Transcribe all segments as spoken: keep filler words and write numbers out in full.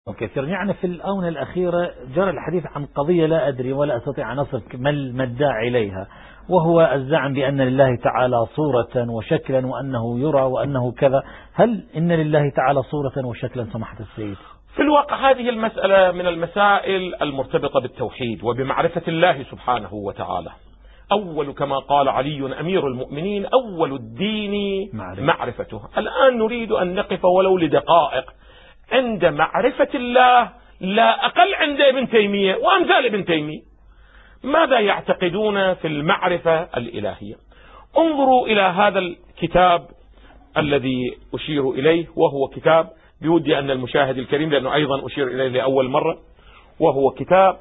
وكثيرا يعني في الآونة الأخيرة جرى الحديث عن قضية لا أدري ولا أستطيع أن أصف ما الداعي إليها، وهو الزعم بأن لله تعالى صورة وشكلا وأنه يرى وأنه كذا. هل إن لله تعالى صورة وشكلا سماحة السيد؟ في الواقع هذه المسألة من المسائل المرتبطة بالتوحيد وبمعرفة الله سبحانه وتعالى. أول كما قال علي أمير المؤمنين أول الدين معرفته. الآن نريد أن نقف ولو لدقائق عند معرفة الله، لا أقل عند ابن تيمية وأمثال ابن تيمية. ماذا يعتقدون في المعرفة الإلهية؟ انظروا إلى هذا الكتاب الذي أشير إليه، وهو كتاب بودي أن المشاهد الكريم، لأنه أيضا أشير إليه لأول مرة، وهو كتاب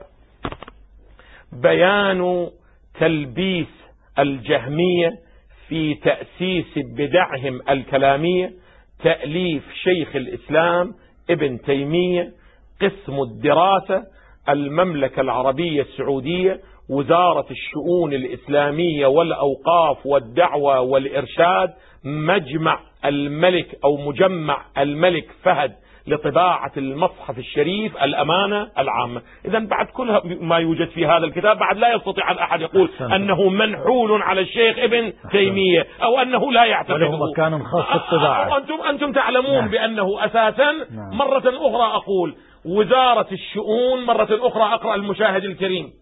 بيان تلبيس الجهمية في تأسيس بدعهم الكلامية، تأليف شيخ الإسلام ابن تيمية، قسم الدراسة، المملكة العربية السعودية، وزارة الشؤون الإسلامية والأوقاف والدعوة والإرشاد، مجمع الملك أو مجمع الملك فهد لطباعة المصحف الشريف، الأمانة العامة. إذا بعد كل ما يوجد في هذا الكتاب بعد لا يستطيع الأحد يقول أنه منحول على الشيخ ابن تيمية أو أنه لا يعتقده. وله مكان خاص في الطباعة. أنتم, أنتم تعلمون نعم. بأنه أساسا نعم. مرة أخرى أقول وزارة الشؤون، مرة أخرى أقرأ المشاهد الكريم،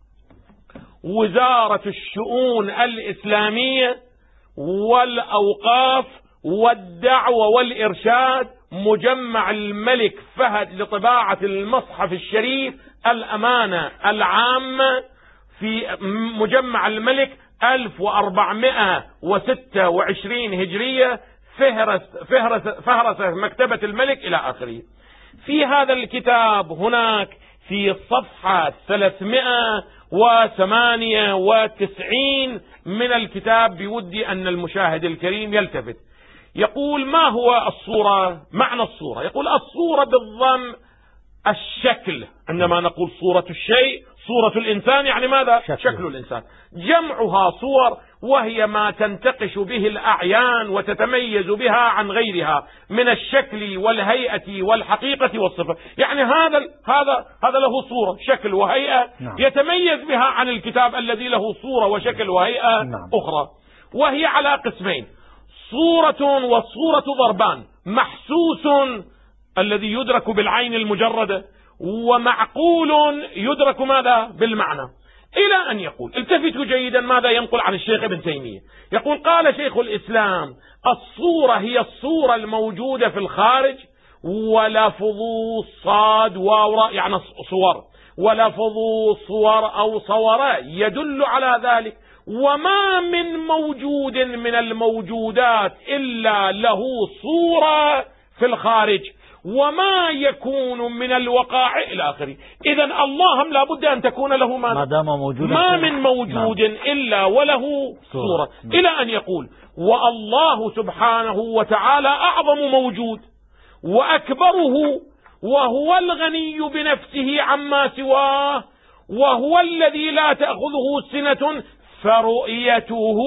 وزارة الشؤون الإسلامية والأوقاف والدعوة والإرشاد، مجمع الملك فهد لطباعة المصحف الشريف، الأمانة العامة، في مجمع الملك ألف وأربعمائة وستة وعشرين هجرية، فهرس فهرس فهرس مكتبة الملك إلى آخره. في هذا الكتاب هناك في الصفحة ثلاثمائة وثمانية وتسعين من الكتاب بودي أن المشاهد الكريم يلتفت، يقول ما هو الصورة؟ معنى الصورة، يقول الصورة بالضم الشكل. عندما نقول صورة الشيء، صورة الإنسان يعني ماذا؟ شكل, شكل الإنسان. جمعها صور، وهي ما تنتقش به الأعيان وتتميز بها عن غيرها من الشكل والهيئة والحقيقة والصفة. يعني هذا هذا هذا له صورة، شكل وهيئة نعم. يتميز بها عن الكتاب الذي له صورة وشكل وهيئة نعم. أخرى، وهي على قسمين: صورة والصورة ضربان، محسوس الذي يدرك بالعين المجردة، ومعقول يدرك ماذا؟ بالمعنى. إلى أن يقول، التفتوا جيدا ماذا ينقل عن الشيخ ابن تيمية. يقول قال شيخ الإسلام: الصورة هي الصورة الموجودة في الخارج، ولفظ صاد واو يعني صور، ولفظ صور أو صور يدل على ذلك. وما من موجود من الموجودات إلا له صورة في الخارج، وما يكون من الوقائع إلى آخره. إذا الله لا بد أن تكون له ما, ما دام موجود، ما من موجود نعم. إلا وله صورة نعم. إلى أن يقول: والله سبحانه وتعالى أعظم موجود وأكبره، وهو الغني بنفسه عما سواه، وهو الذي لا تأخذه سنة، فرؤيته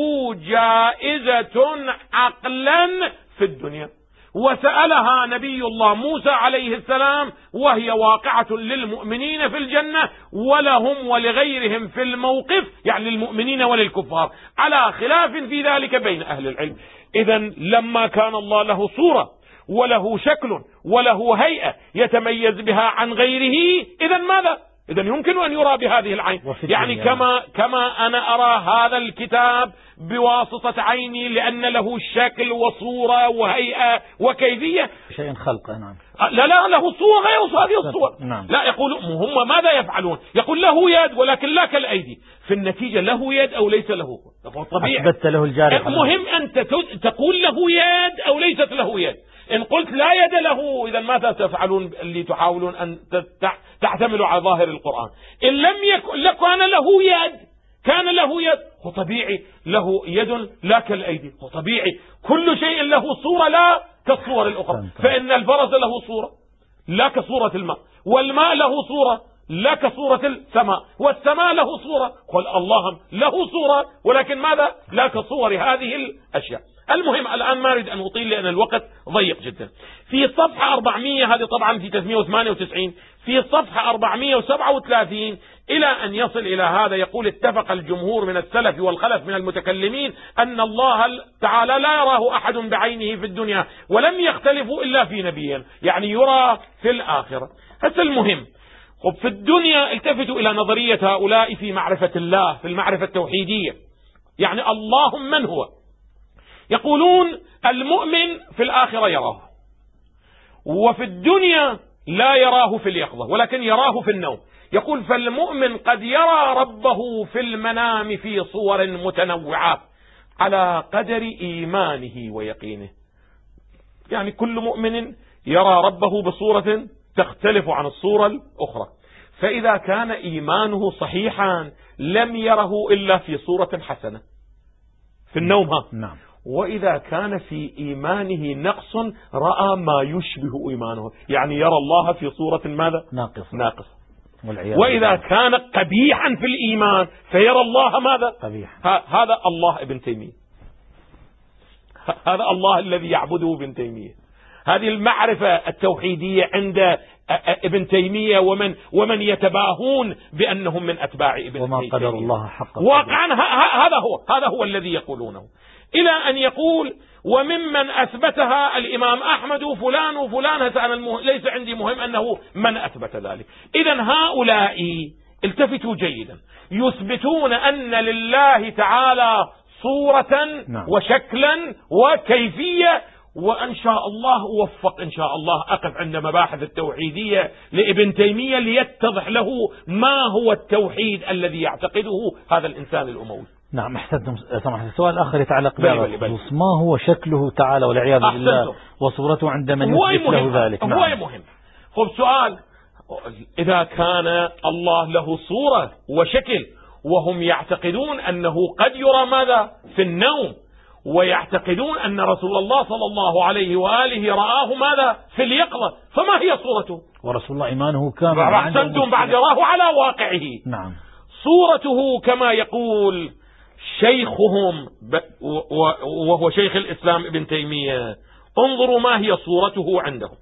جائزة عقلا في الدنيا. وسألها نبي الله موسى عليه السلام، وهي واقعة للمؤمنين في الجنة، ولهم ولغيرهم في الموقف، يعني للمؤمنين وللكفار، على خلاف في ذلك بين أهل العلم. إذا لما كان الله له صورة وله شكل وله هيئة يتميز بها عن غيره، إذا ماذا؟ إذا يمكن أن يرى بهذه العين. يعني كما كما أنا أرى هذا الكتاب بواسطة عيني، لأن له شكل وصورة وهيئة وكيفية، شيء خلقه نعم. لا لا له صورة غير هذه الصور نعم. لا يقول هم ماذا يفعلون؟ يقول له يد ولكن لا كالأيدي. في النتيجة له يد أو ليس له؟ طبيعي أثبت له الجارحة. المهم أنت تقول له يد أو ليست له يد. إن قلت لا يد له، إذا ماذا تفعلون اللي تحاولون أن تعتملوا على ظاهر القرآن؟ إن لم يكن لكان له يد، كان له يد، هو طبيعي له يد لا كالأيدي، هو طبيعي كل شيء له صورة لا كالصور الأخرى. فإن الفرس له صورة لا كصورة الماء، والماء له صورة لا كصورة السماء، والسماء له صورة، قل الله له صورة ولكن ماذا؟ لا كصور هذه الأشياء. المهم الآن ما أريد أن أطيل لأن الوقت ضيق جدا. في صفحة أربعمئة، هذه طبعا في ثلاثمئة وثمانية وتسعين، في صفحة أربعمئة وسبعة وثلاثين إلى أن يصل إلى هذا يقول: اتفق الجمهور من السلف والخلف من المتكلمين أن الله تعالى لا يراه أحد بعينه في الدنيا، ولم يختلفوا إلا في نبيين، يعني يرى في الآخرة. هذا المهم. في الدنيا التفتوا إلى نظرية هؤلاء في معرفة الله، في المعرفة التوحيدية، يعني الله من هو. يقولون المؤمن في الآخرة يراه، وفي الدنيا لا يراه في اليقظة ولكن يراه في النوم. يقول: فالمؤمن قد يرى ربه في المنام في صور متنوعة على قدر إيمانه ويقينه. يعني كل مؤمن يرى ربه بصورة تختلف عن الصورة الأخرى، فإذا كان إيمانه صحيحا لم يره إلا في صورة حسنة في النوم. ها نعم. وإذا كان في إيمانه نقص رأى ما يشبه إيمانه، يعني يرى الله في صورة ماذا؟ ناقص ناقص. بالله. وإذا كان قبيحا في الإيمان فيرى الله ماذا؟ قبيح. هذا الله ابن تيمية، هذا الله الذي يعبده ابن تيمية. هذه المعرفة التوحيدية عند ابن تيمية ومن ومن يتباهون بأنهم من أتباع ابن تيمية. وما قدر الله حق واقعا هذا هو هذا هو الذي يقولونه، إلى أن يقول: وممن أثبتها الإمام أحمد فلان وفلان. هذا المه... ليس عندي مهم أنه من أثبت ذلك. إذن هؤلاء التفتوا جيدا، يثبتون أن لله تعالى صورة نعم. وشكلا وكيفية، وإن شاء الله أوفق إن شاء الله أقف عند مباحث التوحيدية لابن تيمية ليتضح له ما هو التوحيد الذي يعتقده هذا الإنسان الأموي. نعم. أحسنتم. سمحت. السؤال الآخر يتعلق بهذا: ما هو شكله تعالى والعياذ بالله وصورته عند من يثبت له ذلك؟ هو نعم. مهم. خب سؤال: إذا كان الله له صورة وشكل وهم يعتقدون أنه قد يرى ماذا في النوم، ويعتقدون أن رسول الله صلى الله عليه وآله رآه ماذا في اليقظة، فما هي صورته؟ ورسول الله إيمانه كامل. أحسنتم، بعد يراه على واقعه. نعم. صورته كما يقول شيخهم وهو شيخ الإسلام ابن تيمية. انظروا ما هي صورته عندهم.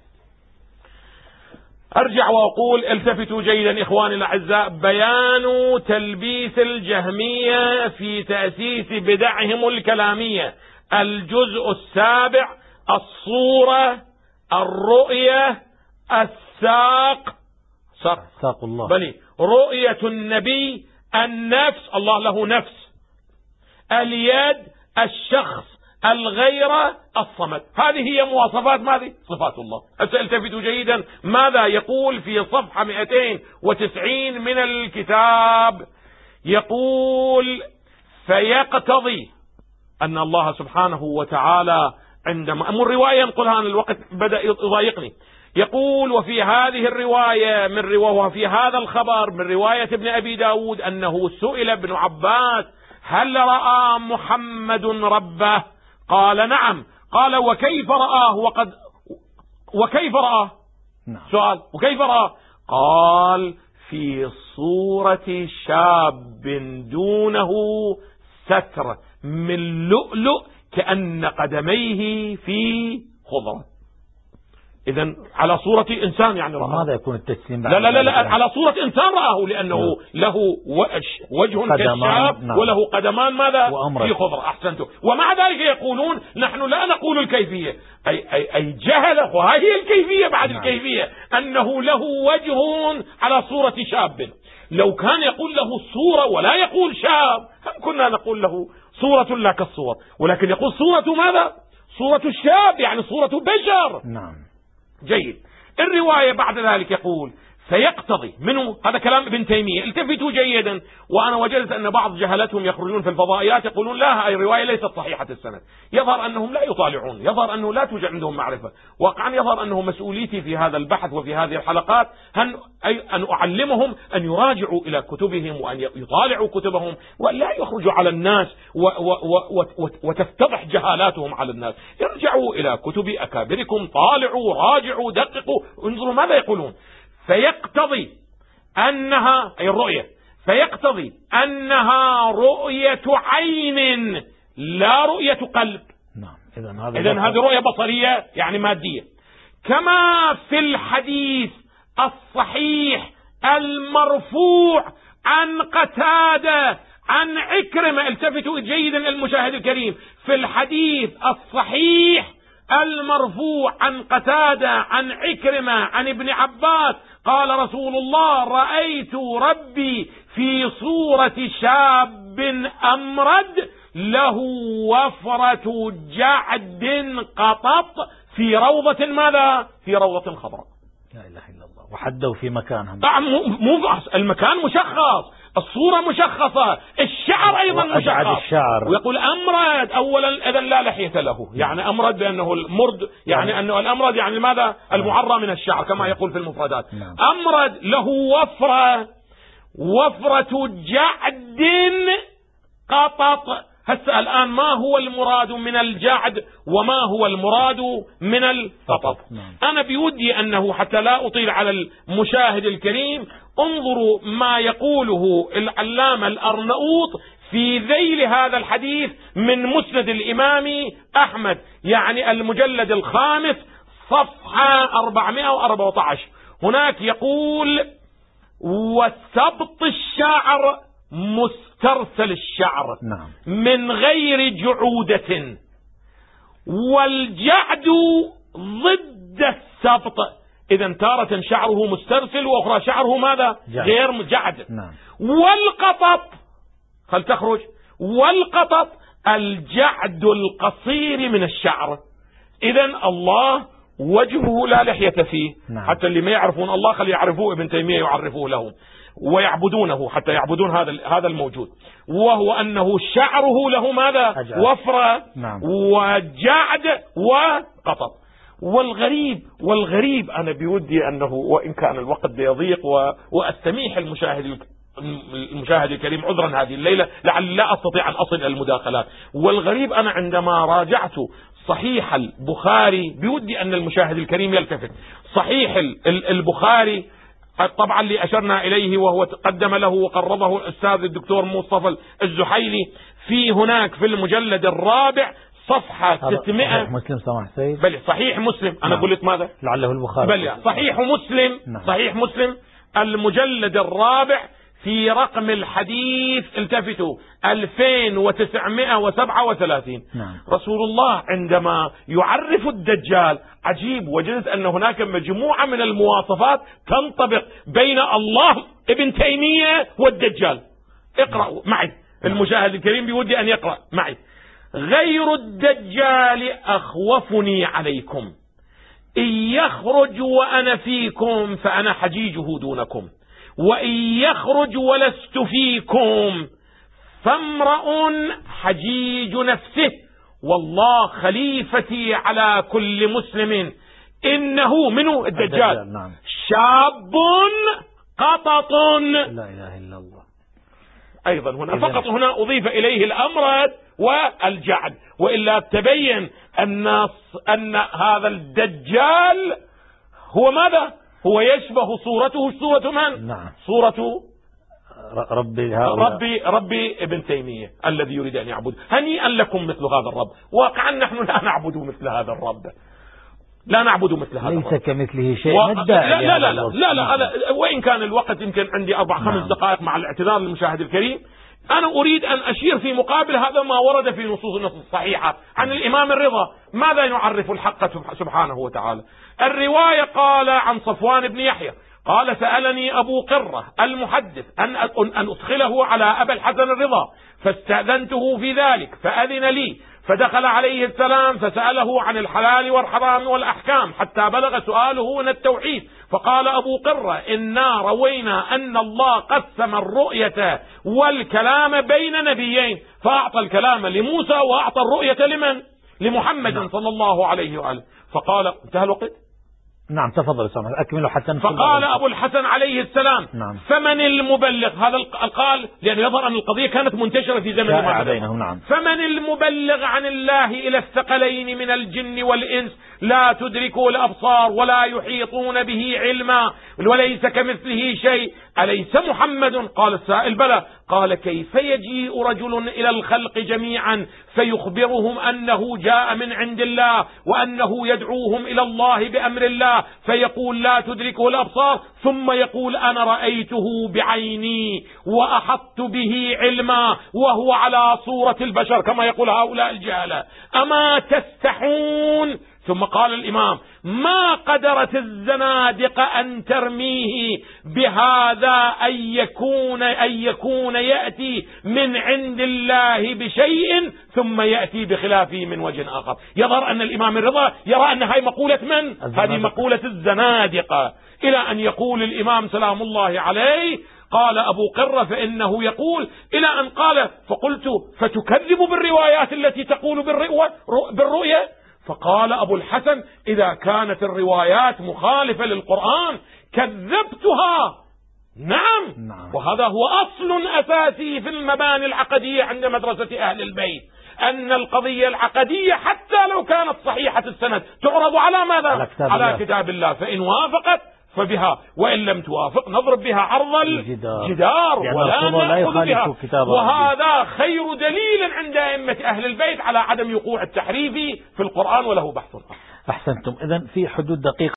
أرجع وأقول: التفتوا جيدا إخواني الأعزاء، بيان تلبيس الجهمية في تأسيس بدعهم الكلامية، الجزء السابع، الصورة، الرؤية، الساق، ساق, ساق الله، بل رؤية النبي، النفس، الله له نفس، اليد، الشخص، الغيرة، الصمد. هذه هي مواصفات ماذا؟ صفات الله. التفتوا جيدا ماذا يقول في صفحة مئتين وتسعين من الكتاب. يقول: فيقتضي أن الله سبحانه وتعالى عندما أمر رواية ينقلها عن الوقت بدأ يضايقني. يقول: وفي هذه الرواية من رواية وفي هذا الخبر من رواية ابن أبي داود أنه سئل ابن عباس: هل رأى محمد ربه؟ قال: نعم. قال: وكيف رآه وقد وكيف رآه؟ نعم. سؤال: وكيف رآه؟ قال: في صورة شاب دونه ستر من لؤلؤ كأن قدميه في خضرة. إذن على صورة إنسان، يعني رآه. ماذا يكون التجسيم بعد؟ لا لا لا, لا على صورة إنسان رآه، لأنه م. له وجه كالشاب، نعم. وله قدمان ماذا؟ في خضرة. أحسنتم. ومع ذلك يقولون: نحن لا نقول الكيفية، أي, أي, أي جهل، وهذه الكيفية بعد. نعم. الكيفية أنه له وجه على صورة شاب. لو كان يقول له صورة ولا يقول شاب هم كنا نقول له صورة لا كالصور، ولكن يقول صورة ماذا؟ صورة الشاب، يعني صورة بشر. نعم. جيد. الرواية بعد ذلك يقول: فيقتضي منه، هذا كلام ابن تيمية. التفتوا جيدا، وأنا وجدت أن بعض جهلتهم يخرجون في الفضائيات يقولون: لا، هذه الرواية ليست صحيحة السند. يظهر أنهم لا يطالعون، يظهر أنه لا توجد عندهم معرفة. واقعا يظهر أنه مسؤوليتي في هذا البحث وفي هذه الحلقات أي أن أعلمهم أن يراجعوا إلى كتبهم وأن يطالعوا كتبهم ولا يخرجوا على الناس و و و وتفتضح جهالاتهم على الناس. ارجعوا إلى كتب أكابركم، طالعوا، راجعوا، دققوا، انظروا ماذا يقولون. فيقتضي أنها أي الرؤية، فيقتضي أنها رؤية عين لا رؤية قلب. إذن هذه رؤية بصرية يعني مادية. كما في الحديث الصحيح المرفوع عن قتادة عن عكرمة، التفتوا جيدا المشاهد الكريم، في الحديث الصحيح المرفوع عن قتادة عن عكرمة عن ابن عباس قال رسول الله: رأيت ربي في صورة شاب أمرد له وفرة جعد قطط في روضة ماذا؟ في روضة خضراء. لا إله إلا الله. وحدوا في مكانها. طبعا مو المكان مشخص، الصورة مشخصة، الشعر أيضا مشخص. الشعر. ويقول أمرد أولا إذا لا لحية له، يعني أمرد بأنه المرد، يعني أنه الأمرد يعني ماذا؟ المعرى من الشعر كما يقول في المفردات. أمرد له وفرة وفرة جعد قطط. هسه الآن ما هو المراد من الجعد وما هو المراد من القطط؟ أنا بودي أنه حتى لا أطيل على المشاهد الكريم، انظروا ما يقوله العلامة الأرنؤوط في ذيل هذا الحديث من مسند الإمام أحمد، يعني المجلد الخامس صفحة أربعمائة وأربعة عشر. هناك يقول: وسبط الشعر مسترسل الشعر نعم. من غير جعودة، والجعد ضد السبط. إذا تارة شعره مسترسل وأخرى شعره ماذا؟ جعد. غير جعد. نعم. والقطط فلتخرج، والقطط الجعد القصير من الشعر. إذا الله وجهه لا لحية فيه. نعم. حتى اللي ما يعرفون الله خلي يعرفوه، ابن تيمية يعرفوه لهم ويعبدونه حتى يعبدون هذا هذا الموجود، وهو أنه شعره له ماذا؟ أجعل. وفرة. نعم. وجعد وقطط. والغريب والغريب أنا بودي أنه وإن كان الوقت يضيق وأستميح المشاهد المشاهد الكريم عذرا هذه الليلة لعل لا أستطيع أن أصل إلى المداخلات. والغريب أنا عندما راجعت صحيح البخاري، بودي أن المشاهد الكريم يلتفت، صحيح البخاري طبعا اللي أشرنا إليه وهو قدم له وقربه الأستاذ الدكتور مصطفى الزحيلي، في هناك في المجلد الرابع صفحة ستمائة. صحيح مسلم سماح سيد. بل صحيح مسلم. أنا نعم. قلت ماذا؟ لعله البخاري. بل صحيح مسلم. نعم. صحيح مسلم المجلد الرابع في رقم الحديث التفتوا ألفين وتسعمائة وسبعة وثلاثين. نعم. رسول الله عندما يعرف الدجال عجيب، وجدت أن هناك مجموعة من المواصفات تنطبق بين الله ابن تيمية والدجال. اقرأوا معي. المشاهد الكريم بودي أن يقرأ معي. غير الدجال أخوفني عليكم، إن يخرج وأنا فيكم فأنا حجيجه دونكم، وإن يخرج ولست فيكم فامرأ حجيج نفسه، والله خليفتي على كل مسلم، إنه منه الدجال, الدجال نعم. شاب قطط. لا إله إلا الله. أيضا هنا فقط هنا أضيف إليه الأمرد والجعد، وإلا تبين أن أن هذا الدجال هو ماذا؟ هو يشبه صورته صورة من؟ نعم. صورة ربي ربي ربي ابن تيمية الذي يريد أن يعبد. هنيئا لكم مثل هذا الرب. واقعا نحن لا نعبد مثل هذا الرب، لا نعبد مثل هذا ليس الرب. كمثله شيء. و... لا لا لا لا, لا, لا, لا نعم. وإن كان الوقت يمكن عندي أربع خمس نعم. دقائق مع الاعتذار للمشاهد الكريم، أنا أريد أن أشير في مقابل هذا ما ورد في نصوص النص الصحيحة عن الإمام الرضا. ماذا يعرف الحق سبحانه وتعالى؟ الرواية قال عن صفوان بن يحيى قال: سألني أبو قرة المحدث أن أن أدخله على أبا الحسن الرضا، فاستأذنته في ذلك فأذن لي، فدخل عليه السلام فسأله عن الحلال والحرام والأحكام حتى بلغ سؤاله عن التوحيد، فقال أبو قرة: إنا روينا أن الله قسم الرؤية والكلام بين نبيين، فأعطى الكلام لموسى وأعطى الرؤية لمن؟ لمحمد صلى الله عليه وآله. فقال انتهى الوقت. نعم تفضل سامح أكمله حتى. فقال أبو الحسن عليه السلام: نعم. فمن المبلغ؟ هذا قال لأنه يظهر أن القضية كانت منتشرة في زمن ما بينهم. نعم. فمن المبلغ عن الله إلى الثقلين من الجن والإنس لا تدركه الأبصار ولا يحيطون به علما وليس كمثله شيء أليس محمد؟ قال السائل بلى. قال كيف يجيء رجل إلى الخلق جميعا فيخبرهم أنه جاء من عند الله وأنه يدعوهم إلى الله بأمر الله، فيقول لا تدركه الأبصار، ثم يقول أنا رأيته بعيني وأحطت به علما وهو على صورة البشر كما يقول هؤلاء الجهلة، أما تستحون؟ ثم قال الإمام ما قدرت الزنادقة أن ترميه بهذا أن يكون, أن يكون يأتي من عند الله بشيء ثم يأتي بخلافه من وجه آخر. يظهر أن الإمام الرضا يرى أن هذه مقولة من؟ هذه مقولة الزنادقة، إلى أن يقول الإمام سلام الله عليه قال أبو قرة فإنه يقول إلى أن قال فقلت فتكذب بالروايات التي تقول بالرؤية؟ فقال أبو الحسن إذا كانت الروايات مخالفة للقرآن كذبتها. نعم, نعم. وهذا هو أصل أساسي في المباني العقدية عند مدرسة أهل البيت، أن القضية العقدية حتى لو كانت صحيحة السند تعرض على ماذا؟ على كتاب, على الله. كتاب الله، فإن وافقت فبها وإن لم توافق نضرب بها عرض الجدار ولا نأخذ بها. وهذا خير دليل عند أئمة أهل البيت على عدم وقوع التحريف في القرآن، وله بحث. أحسنتم. إذن في حدود دقيقة